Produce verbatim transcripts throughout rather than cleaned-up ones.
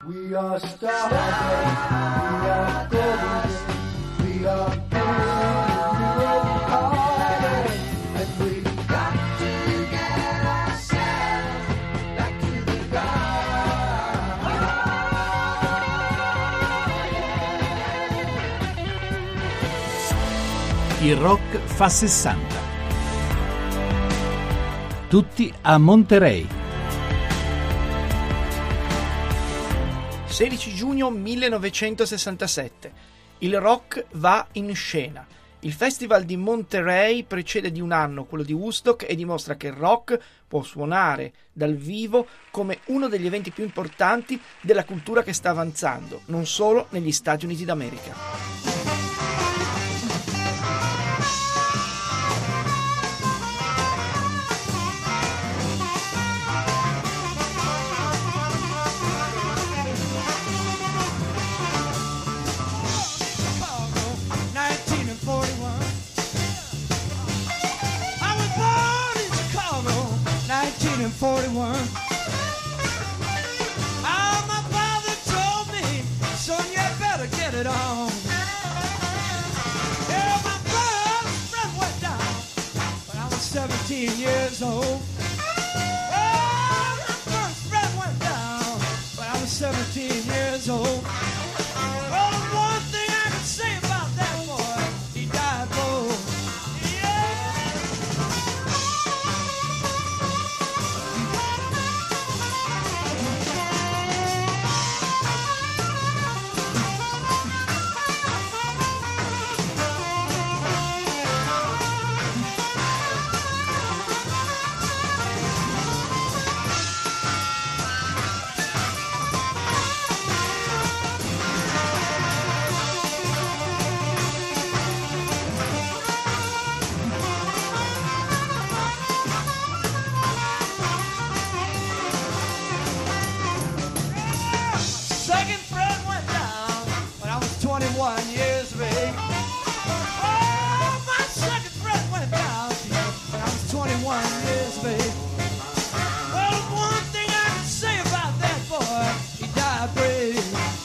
We are stars, we are golden, we are beautiful hearted, and we got to get ourselves back to the garden. Il rock fa sessanta. Tutti a Monterey. sedici giugno millenovecentosessantasette. Il rock va in scena. Il festival di Monterey precede di un anno quello di Woodstock e dimostra che il rock può suonare dal vivo come uno degli eventi più importanti della cultura che sta avanzando, non solo negli Stati Uniti d'America. nineteen forty-one. Oh, my father told me, son, you better get it on. Yeah, my first friend went down when I was seventeen years old. Oh, my first friend went down when I was seventeen years old. Well, the one thing I can say about that boy, he died bold. twenty-one years of age. Oh, my second friend went down when I was twenty-one years of age. Well, the one thing I can say about that boy, he died brave.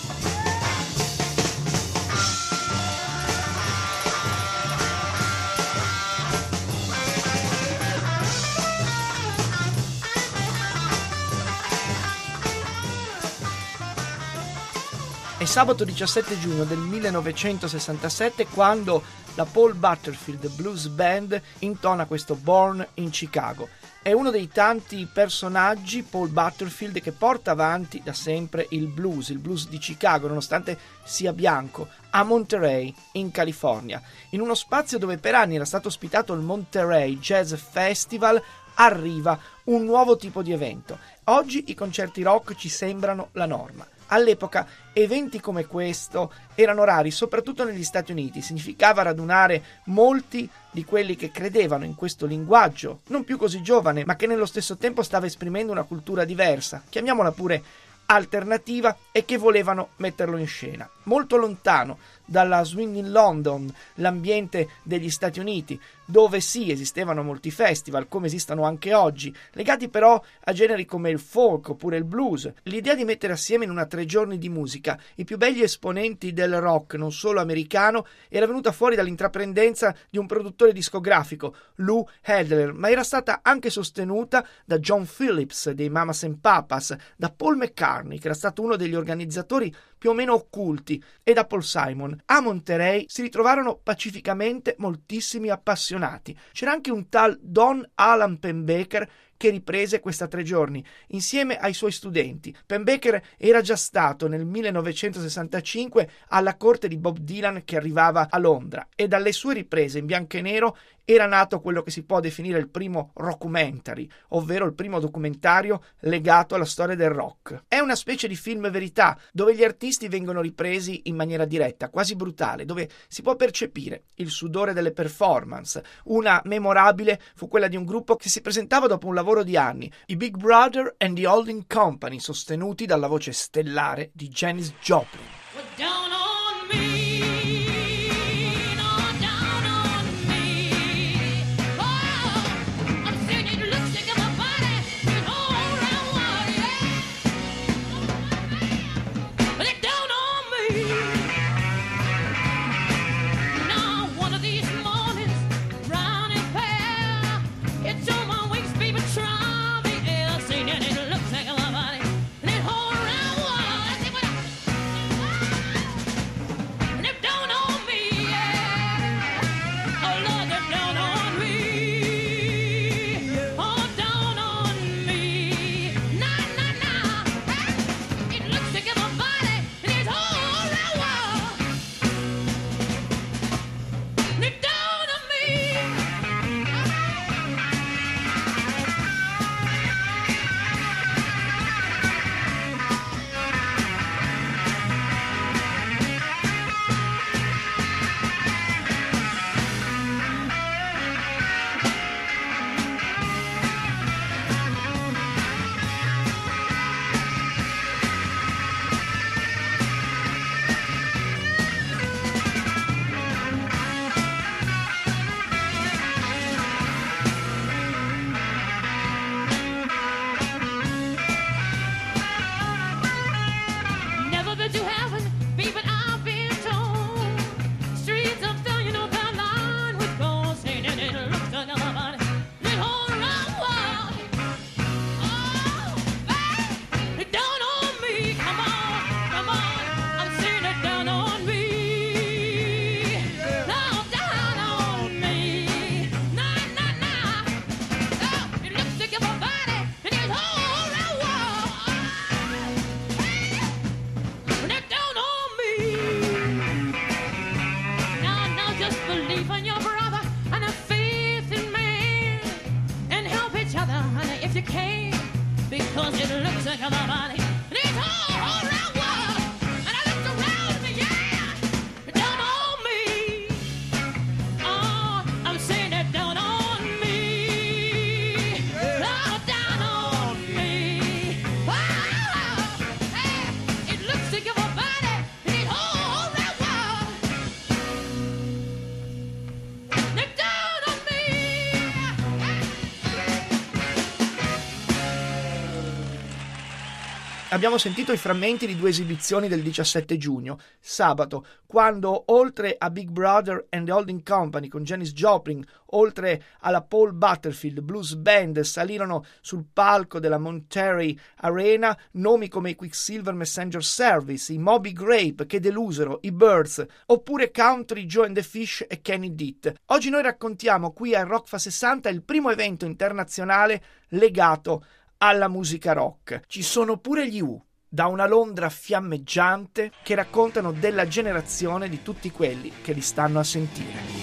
È sabato diciassette giugno del millenovecentosessantasette quando la Paul Butterfield Blues Band intona questo Born in Chicago. È uno dei tanti personaggi, Paul Butterfield, che porta avanti da sempre il blues, il blues di Chicago, nonostante sia bianco, a Monterey, in California. In uno spazio dove per anni era stato ospitato il Monterey Jazz Festival, arriva un nuovo tipo di evento. Oggi i concerti rock ci sembrano la norma. All'epoca eventi come questo erano rari, soprattutto negli Stati Uniti. Significava radunare molti di quelli che credevano in questo linguaggio, non più così giovane, ma che nello stesso tempo stava esprimendo una cultura diversa, chiamiamola pure alternativa, e che volevano metterlo in scena. Molto lontano dalla Swing in London, l'ambiente degli Stati Uniti, dove sì, esistevano molti festival, come esistono anche oggi, legati però a generi come il folk oppure il blues. L'idea di mettere assieme in una tre giorni di musica i più belli esponenti del rock, non solo americano, era venuta fuori dall'intraprendenza di un produttore discografico, Lou Adler, ma era stata anche sostenuta da John Phillips dei Mamas and Papas, da Paul McCartney, che era stato uno degli organizzatori più o meno occulti, e da Paul Simon. A Monterey si ritrovarono pacificamente moltissimi appassionati. C'era anche un tal Don Alan Pennebaker che riprese questa tre giorni insieme ai suoi studenti. Pennebaker era già stato nel millenovecentosessantacinque alla corte di Bob Dylan che arrivava a Londra, e dalle sue riprese in bianco e nero era nato quello che si può definire il primo rockumentary, ovvero il primo documentario legato alla storia del rock. È una specie di film verità, dove gli artisti vengono ripresi in maniera diretta, quasi brutale, dove si può percepire il sudore delle performance. Una memorabile fu quella di un gruppo che si presentava dopo un lavoro di anni, i Big Brother and the Holding Company, sostenuti dalla voce stellare di Janis Joplin. Abbiamo sentito i frammenti di due esibizioni del diciassette giugno, sabato, quando oltre a Big Brother and the Holding Company con Janis Joplin, oltre alla Paul Butterfield Blues Band, salirono sul palco della Monterey Arena nomi come i Quicksilver Messenger Service, i Moby Grape che delusero, i Birds, oppure Country Joe and the Fish e Kenny Ditt. Oggi noi raccontiamo qui a Rock fa sessanta il primo evento internazionale legato alla musica rock. Ci sono pure gli U, da una Londra fiammeggiante, che raccontano della generazione di tutti quelli che li stanno a sentire.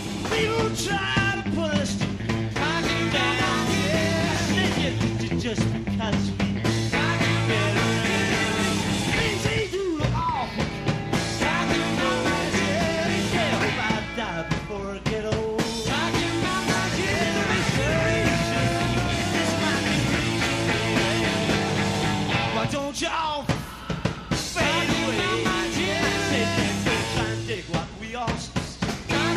Y'all fade away. Say that they try and dig what we all see. I'm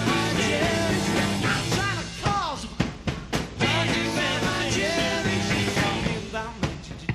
trying to cause talking about my generation. Talking about my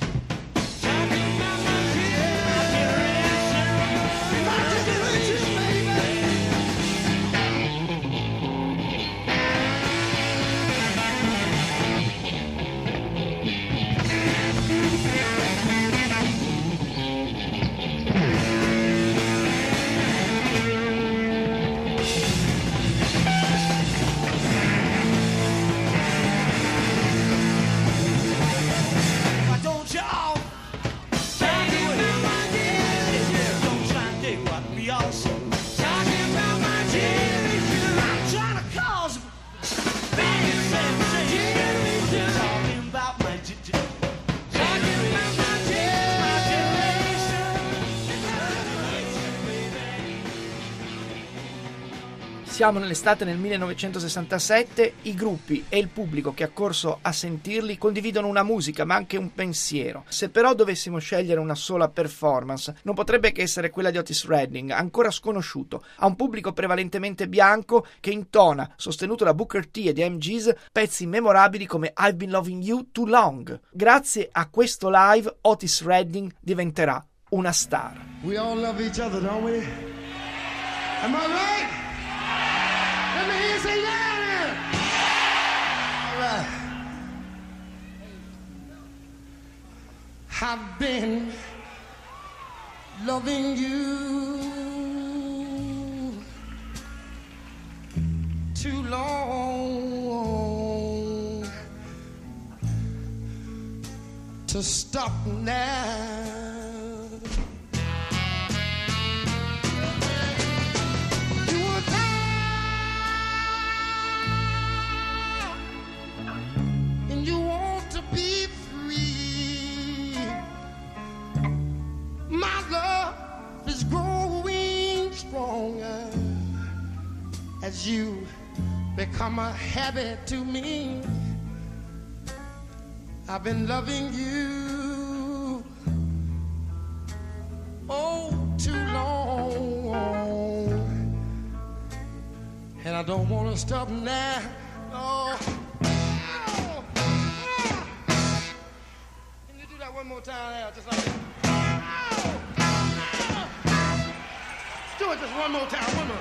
Siamo nell'estate del millenovecentosessantasette, i gruppi e il pubblico che ha corso a sentirli condividono una musica ma anche un pensiero. Se però dovessimo scegliere una sola performance, non potrebbe che essere quella di Otis Redding, ancora sconosciuto, a un pubblico prevalentemente bianco che intona, sostenuto da Booker T e di M Gs, pezzi memorabili come I've Been Loving You Too Long. Grazie a questo live Otis Redding diventerà una star. We all love each other, don't we? Am I right? Let me hear you say yeah! All right. I've been loving you too long to stop now. As you become a habit to me, I've been loving you oh too long, and I don't want to stop now. Oh. Oh. Can you do that one more time now, just like that? Oh. Oh. Let's do it just one more time, one more.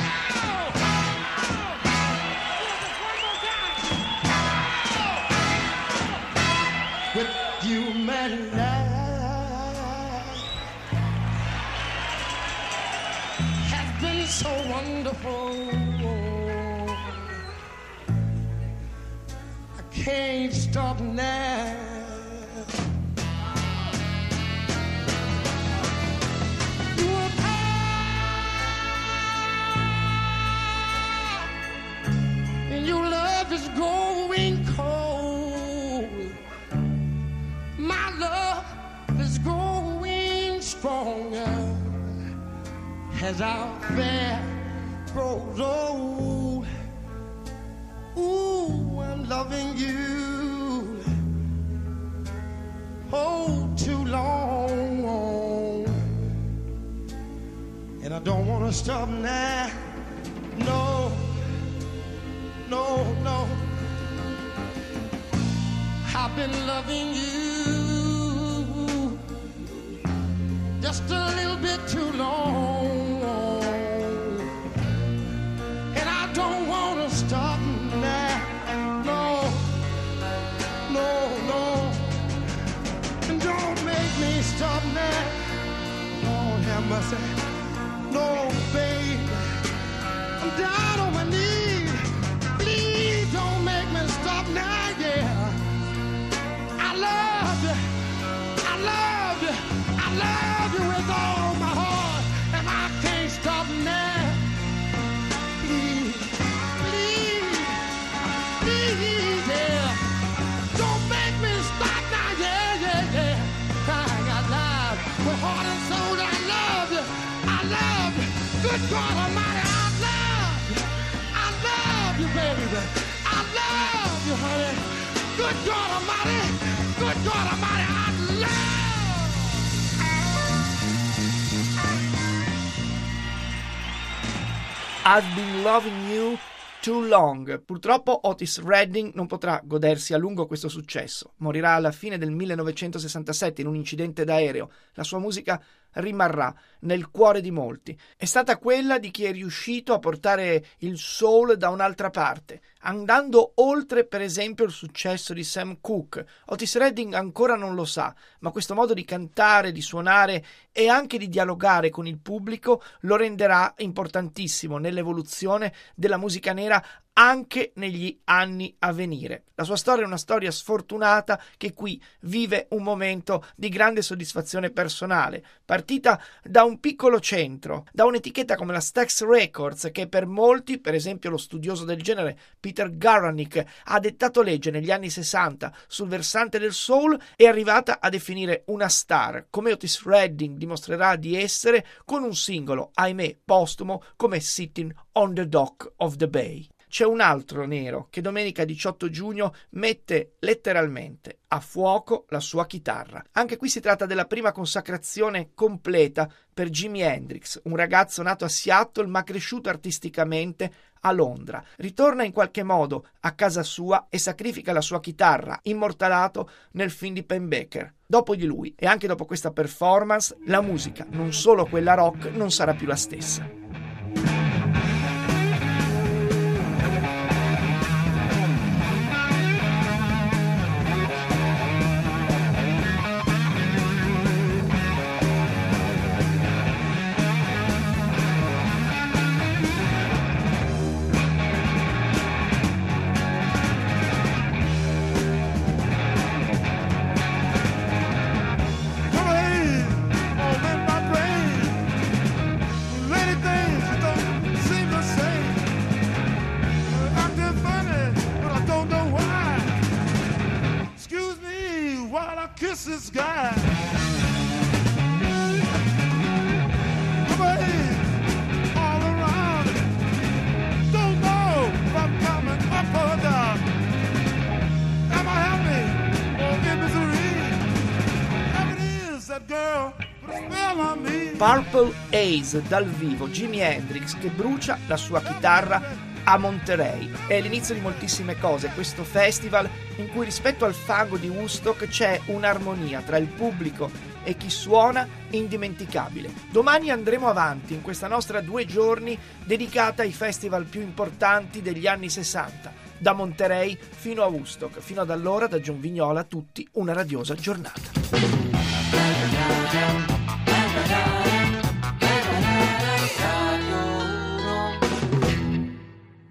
With you, my life has been so wonderful. I can't stop now. You are kind, and your love is growing cold. My love is growing stronger as our affair grows old. Ooh, I'm loving you oh too long, and I don't want to stop now. No, no, no. I've been loving you just a little bit too long, and I don't want to stop now. No, no, no, and don't make me stop now. Lord have mercy. No, baby, I'm down on my knees. Please don't make me stop now, yeah. I love you, I love you, I love you with all my heart, and I can't stop now. Please, please, please, yeah. Don't make me stop now, yeah, yeah, yeah. Crying out loud with heart and soul, I love you, I love you. Good God Almighty, I love you, I love you, baby. I love you, honey. Good God Almighty, good God Almighty, I love. I've been loving you too long. Purtroppo Otis Redding non potrà godersi a lungo questo successo. Morirà alla fine del millenovecentosessantasette in un incidente d'aereo. La sua musica rimarrà nel cuore di molti. È stata quella di chi è riuscito a portare il soul da un'altra parte, andando oltre per esempio il successo di Sam Cooke. Otis Redding ancora non lo sa, ma questo modo di cantare, di suonare e anche di dialogare con il pubblico lo renderà importantissimo nell'evoluzione della musica nera anche negli anni a venire. La sua storia è una storia sfortunata che qui vive un momento di grande soddisfazione personale, partita da un piccolo centro, da un'etichetta come la Stax Records, che per molti, per esempio lo studioso del genere Peter Guralnick, ha dettato legge negli anni sessanta sul versante del soul, è arrivata a definire una star, come Otis Redding dimostrerà di essere con un singolo, ahimè postumo, come Sitting on the Dock of the Bay. C'è un altro nero che domenica diciotto giugno mette letteralmente a fuoco la sua chitarra. Anche qui si tratta della prima consacrazione completa per Jimi Hendrix, un ragazzo nato a Seattle ma cresciuto artisticamente a Londra. Ritorna in qualche modo a casa sua e sacrifica la sua chitarra, immortalato nel film di Penn Baker. Dopo di lui e anche dopo questa performance, la musica, non solo quella rock, non sarà più la stessa. Kiss this guy. Come on, all around. Don't know if I'm coming up or down. Am I happy or in misery? If it is that girl put a spell on me. Purple Haze dal vivo, Jimi Hendrix che brucia la sua chitarra a Monterey. È l'inizio di moltissime cose, questo festival in cui rispetto al fango di Woodstock c'è un'armonia tra il pubblico e chi suona indimenticabile. Domani andremo avanti in questa nostra due giorni dedicata ai festival più importanti degli anni sessanta, da Monterey fino a Woodstock. Fino ad allora, da John Vignola, a tutti una radiosa giornata.